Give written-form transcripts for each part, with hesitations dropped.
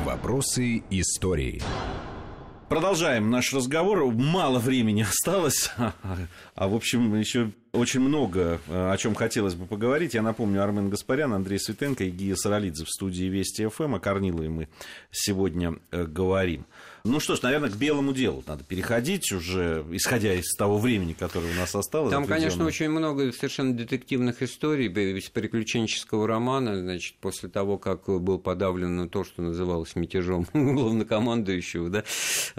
Вопросы истории. Продолжаем наш разговор. Мало времени осталось, в общем, еще очень много о чем хотелось бы поговорить. Я напомню, Армен Гаспарян, Андрей Светенко и Гия Саралидзе в студии Вести ФМ. О Корнилове мы сегодня говорим. Ну что ж, наверное, к белому делу надо переходить уже, исходя из того времени, которое у нас осталось. Там, конечно, очень много совершенно детективных историй, из приключенческого романа, значит, после того, как был подавлен то, что называлось мятежом главнокомандующего, да,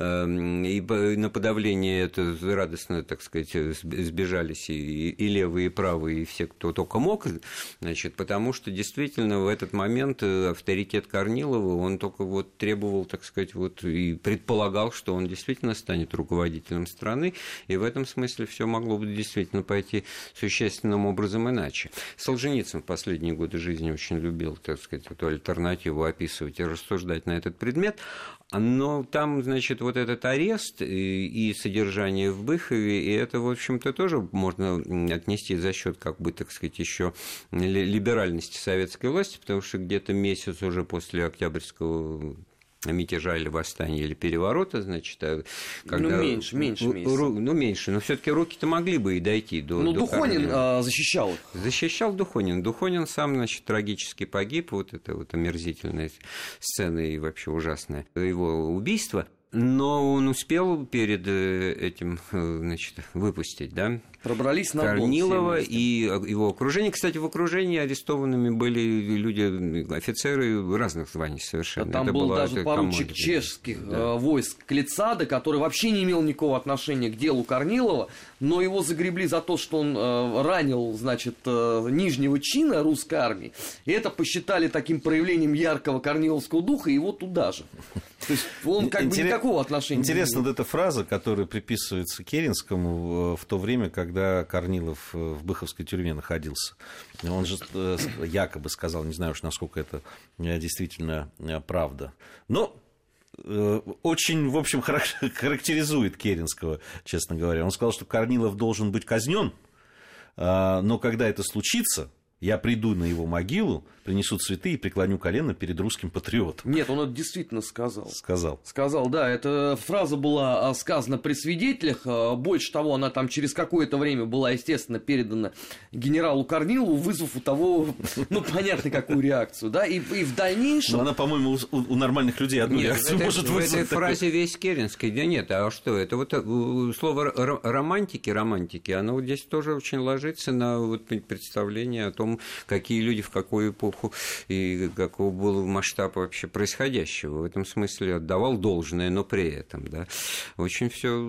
и на подавление это радостно, так сказать, сбежались и левые, и правые, и все, кто только мог, значит, потому что действительно в этот момент авторитет Корнилова, он только вот требовал, так сказать, вот и предполагал, что он действительно станет руководителем страны, и в этом смысле все могло бы действительно пойти существенным образом иначе. Солженицын в последние годы жизни очень любил, так сказать, эту альтернативу описывать и рассуждать на этот предмет, но там, значит, вот этот арест и содержание в Быхове, и это, в общем-то, тоже можно отнести за счет, как бы, так сказать, еще либеральности советской власти, потому что где-то месяц уже после Октябрьского мятежа или восстания, или переворота, значит, когда... меньше месяца. Меньше, но все-таки руки-то могли бы и дойти до... Духонин защищал их. Защищал Духонин. Духонин сам, значит, трагически погиб, вот это вот омерзительная сцена и вообще ужасное его убийство. Но он успел перед этим, значит, выпустить, да, пробрались на Корнилова и его окружение. Кстати, в окружении арестованными были люди, офицеры разных званий совершенно. Там это был была даже поручик чешских войск Клецада, который вообще не имел никакого отношения к делу Корнилова, но его загребли за то, что он ранил, значит, нижнего чина русской армии. И это посчитали таким проявлением яркого корниловского духа, и его туда же. То есть он как бы никакого отношения Интересна не имел. вот эта фраза, которая приписывается Керенскому в то время, когда Корнилов в Быховской тюрьме находился. Он же якобы сказал, не знаю уж, насколько это действительно правда, но очень, в общем, характеризует Керенского, честно говоря. Он сказал, что Корнилов должен быть казнен, но когда это случится, я приду на его могилу, принесу цветы и преклоню колено перед русским патриотом. Нет, он это действительно сказал. Сказал, да. Эта фраза была сказана при свидетелях. Больше того, она там через какое-то время была, естественно, передана генералу Корнилову, вызвав у того, понятно, какую реакцию. Да? И в дальнейшем... Но она, по-моему, у нормальных людей одну реакцию может вызвать. В этой фразе весь Керенский. Да нет, а что? Это вот слово романтики, оно вот здесь тоже очень ложится на вот представление о том, какие люди в какую эпоху и каков был масштаб вообще происходящего. В этом смысле отдавал должное, но при этом, да, очень все.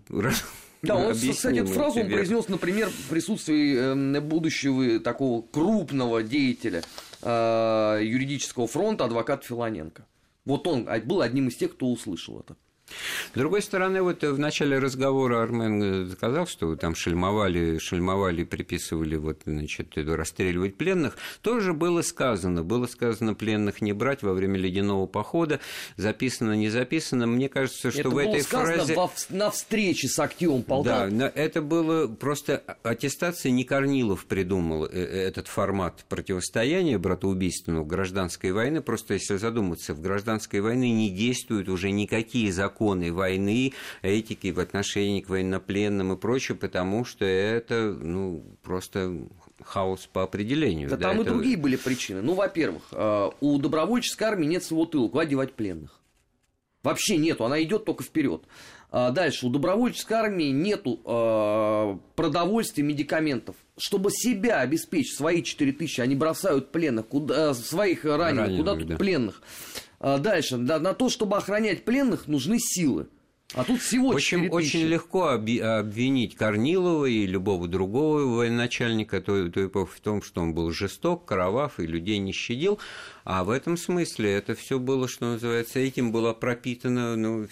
Да, он, кстати, эту фразу он произнес, например, в присутствии будущего такого крупного деятеля юридического фронта, адвоката Филоненко. Вот он был одним из тех, кто услышал это. С другой стороны, вот в начале разговора Армен сказал, что там шельмовали, приписывали, вот, значит, расстреливать пленных. Тоже было сказано пленных не брать во время ледяного похода, записано, не записано. Мне кажется, что это в этой фразе... Это было сказано на встрече с Активом Полтавским. Да, это было просто аттестация, не Корнилов придумал этот формат противостояния братоубийственного гражданской войны. Просто если задуматься, в гражданской войне не действуют уже никакие законы войны, этики в отношении к военнопленным и прочее, потому что это, просто хаос по определению. Да, там и другие были причины. Во-первых, у добровольческой армии нет своего тыла, куда девать пленных. Вообще нету, она идет только вперед. Дальше, у добровольческой армии нету продовольствия, медикаментов. Чтобы себя обеспечить, свои 4000, они бросают пленных, своих раненых, куда тут пленных. Дальше, на то, чтобы охранять пленных, нужны силы. А тут всего 4000. Очень легко обвинить Корнилова и любого другого военачальника той эпохи в том, что он был жесток, кровав и людей не щадил. А в этом смысле это все было, что называется, этим была пропитана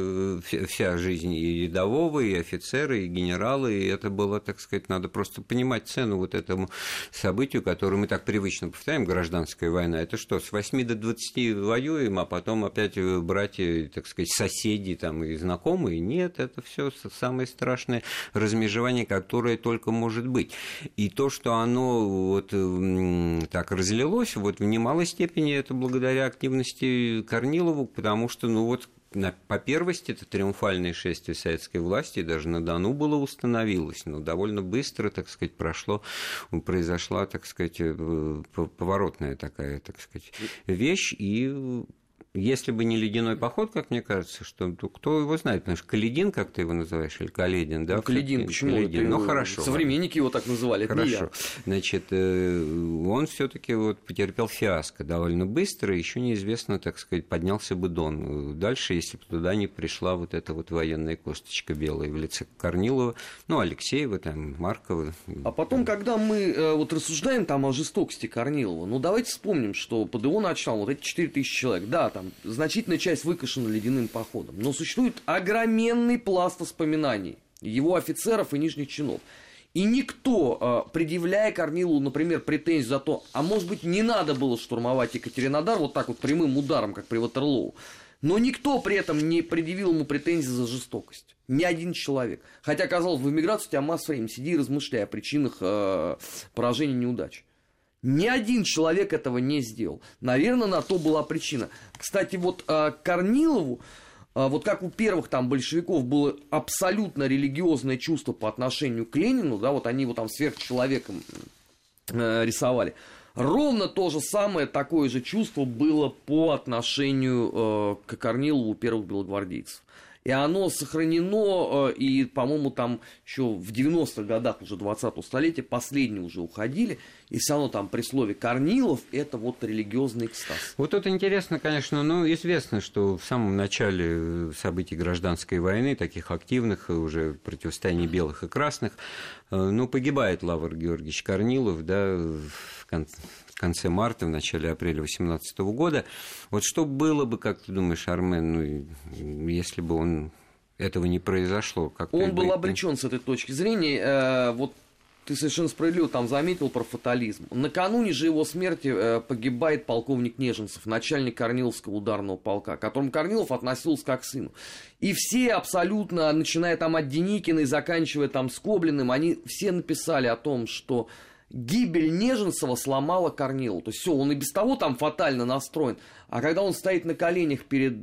вся жизнь и рядового, и офицера, и генерала, и это было, так сказать, надо просто понимать цену вот этому событию, которое мы так привычно повторяем, гражданская война. Это что, с 8 до 20 воюем, а потом опять братья, так сказать, соседи там, и знакомые? Нет, это все самое страшное размежевание, которое только может быть. И то, что оно вот так разлилось, вот в немалой степени степени это благодаря активности Корнилова, потому что, ну вот, по первости, это триумфальное шествие советской власти, даже на Дону было установилось, но довольно быстро, так сказать, произошла, так сказать, поворотная такая, так сказать, вещь, и если бы не ледяной поход, как мне кажется, что кто его знает, потому что Каледин, как ты его называешь, или Каледин, да? Ну, Каледин, почему? Каледин. Ну, хорошо. Современники его так называли, это хорошо. не я. Значит, он все-таки вот потерпел фиаско довольно быстро, еще неизвестно, так сказать, поднялся бы Дон. Дальше, если бы туда не пришла вот эта вот военная косточка белая в лице Корнилова, ну, Алексеева, там, Маркова. А потом, когда мы вот рассуждаем там о жестокости Корнилова, ну, давайте вспомним, что под его началом вот эти 4000 человек, да, там значительная часть выкашена ледяным походом, но существует огроменный пласт воспоминаний его офицеров и нижних чинов. И никто, предъявляя Корнилову, например, претензию за то, а может быть, не надо было штурмовать Екатеринодар вот так вот прямым ударом, как при Ватерлоу, но никто при этом не предъявил ему претензий за жестокость. Ни один человек. Хотя, казалось, в эмиграции у тебя масса времени, сиди и размышляй о причинах поражения, неудач. Ни один человек этого не сделал. Наверное, на то была причина. Кстати, вот Корнилову, вот как у первых там большевиков было абсолютно религиозное чувство по отношению к Ленину, да, вот они его там сверхчеловеком рисовали, ровно то же самое, такое же чувство было по отношению к Корнилову у первых белогвардейцев. И оно сохранено, и, по-моему, там еще в 90-х годах уже 20-го столетия последние уже уходили, и все равно там при слове Корнилов это вот религиозный экстаз. Вот это интересно, конечно, но известно, что в самом начале событий гражданской войны, таких активных уже противостояний белых и красных, ну, погибает Лавр Георгиевич Корнилов, да, в конце марта, в начале апреля 18 года. Вот что было бы, как ты думаешь, Армен, ну, если бы этого не произошло? Он был обречен с этой точки зрения. Вот ты совершенно справедливо там заметил про фатализм. Накануне же его смерти погибает полковник Неженцев, начальник Корниловского ударного полка, к которому Корнилов относился как к сыну. И все абсолютно, начиная там от Деникина и заканчивая там Скоблиным, они все написали о том, что гибель Неженцева сломала Корнилова. То есть все, он и без того там фатально настроен. А когда он стоит на коленях перед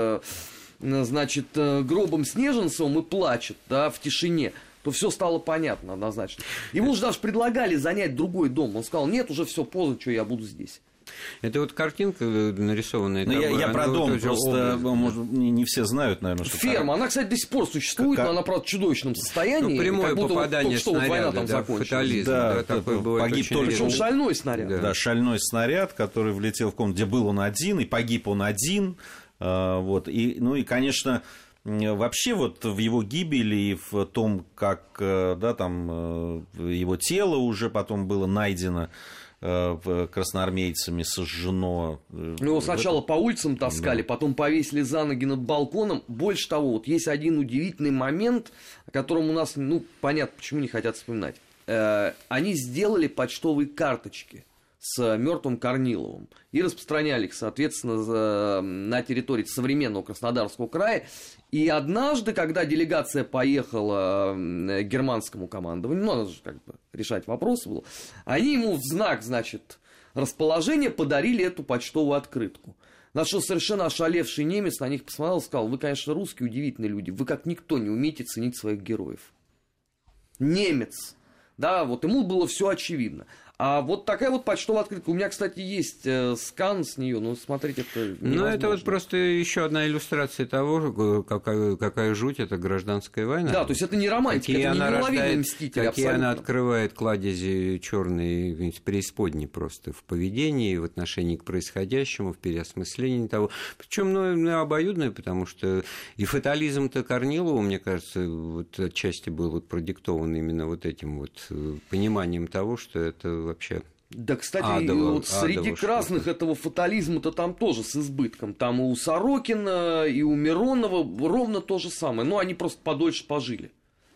гробом с Неженцевым и плачет, да, в тишине, то все стало понятно однозначно. Ему же даже предлагали занять другой дом. Он сказал, нет, уже все поздно, что я буду здесь. Это вот картинка нарисованная. Я про дом, просто может, не все знают, наверное, что... Ферма, она, кстати, до сих пор существует, но она, правда, в чудовищном состоянии. Ну, прямое как будто попадание вот снаряда, война там закончилась. Фатализм, да, такой бывает погиб очень только... Причем шальной снаряд. Да, шальной снаряд, который влетел в комнату, где был он один, и погиб он один. Вот, и, ну и, конечно... Вообще вот в его гибели и в том, как, да, там его тело уже потом было найдено красноармейцами, сожжено. Ну, его сначала по улицам таскали, да, потом повесили за ноги над балконом. Больше того, вот есть один удивительный момент, о котором у нас, ну, понятно, почему не хотят вспоминать. Они сделали почтовые карточки с мертвым Корниловым и распространяли их, соответственно, на территории современного Краснодарского края. И однажды, когда делегация поехала к германскому командованию, ну, надо же как бы решать вопрос был, они ему в знак, значит, расположения подарили эту почтовую открытку. На что совершенно ошалевший немец на них посмотрел и сказал, вы, конечно, русские удивительные люди, вы как никто не умеете ценить своих героев. Немец. Да, вот ему было все очевидно. А вот такая вот почтовая открытка. У меня, кстати, есть скан с нее, но смотреть это невозможно. Ну, это вот просто еще одна иллюстрация того, какая жуть это гражданская война. Да, то есть это не романтика, это не неуловимый мститель. Какие абсолютно. Она открывает кладези черные преисподней просто в поведении, в отношении к происходящему, в переосмыслении того. Причем, ну, обоюдное, потому что и фатализм-то Корнилова, мне кажется, вот отчасти был вот продиктован именно вот этим вот пониманием того, что это вообще... Да, кстати, вот среди красных этого фатализма-то там тоже с избытком. Там и у Сорокина, и у Миронова ровно то же самое. Но они просто подольше пожили.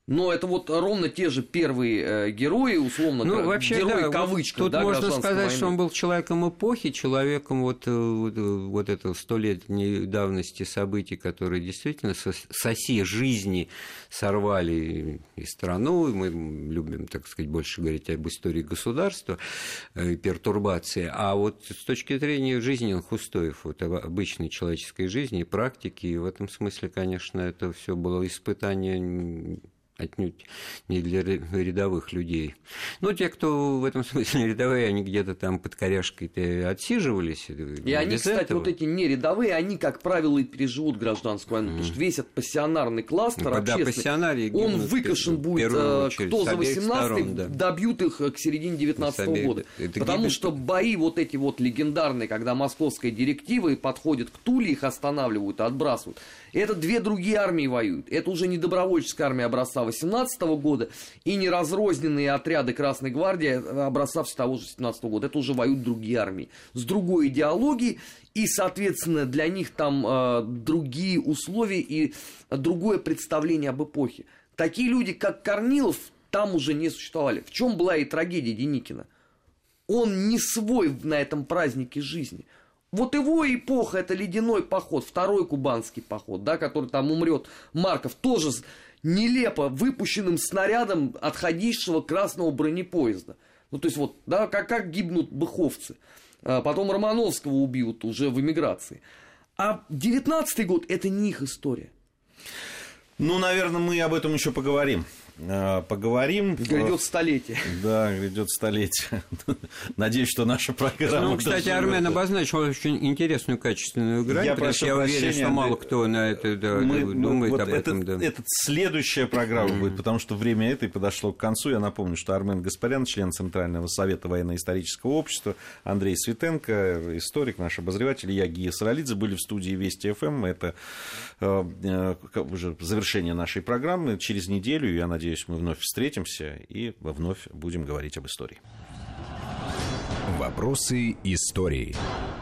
Но это вот ровно те же первые герои, условно говоря, вообще, герои да, в кавычках. Тут да, можно сказать, войны. что он был человеком эпохи, человеком вот этого столетней давности событий, которые действительно с оси жизни сорвали и страну. И мы любим, так сказать, больше говорить об истории государства и пертурбации. А вот с точки зрения жизненных устоев, вот обычной человеческой жизни и практики, и в этом смысле, конечно, это все было испытание отнюдь не для рядовых людей. Но те, кто в этом смысле рядовые, они где-то там под коряжкой-то отсиживались. И они, кстати, вот эти не рядовые, они, как правило, и переживут гражданскую войну. Потому что весь этот пассионарный кластер общественный, он выкашен будет, кто за 18-й, добьют их к середине 19-го года. Потому что бои вот эти вот легендарные, когда московская директива подходит к Туле, их останавливают, отбрасывают. Это две другие армии воюют. Это уже не добровольческая армия образца 18 года и не разрозненные отряды Красной Гвардии образца того же 17 года. Это уже воюют другие армии с другой идеологией, и, соответственно, для них там другие условия и другое представление об эпохе. Такие люди, как Корнилов, там уже не существовали. В чем была и трагедия Деникина? Он не свой на этом празднике жизни. Вот его эпоха — это ледяной поход, второй кубанский поход, да, который там умрет Марков, тоже нелепо выпущенным снарядом отходившего красного бронепоезда. Ну, то есть, вот, да, как гибнут быховцы. Потом Романовского убьют уже в эмиграции. А 19-й год — это не их история. Ну, наверное, мы об этом еще поговорим. Грядет столетие. Да, грядет столетие. Надеюсь, что наша программа... Ну, кстати, Армен обозначил очень интересную, качественную грань. Я уверен, что мало кто на это думает об этом. Это следующая программа будет, потому что время этой подошло к концу. Я напомню, что Армен Гаспарян, член Центрального совета военно-исторического общества, Андрей Светенко, историк, наш обозреватель, и я, Гия Саралидзе, были в студии Вести ФМ. Это уже завершение нашей программы. Через неделю, я надеюсь, мы вновь встретимся и вновь будем говорить об истории. Вопросы истории.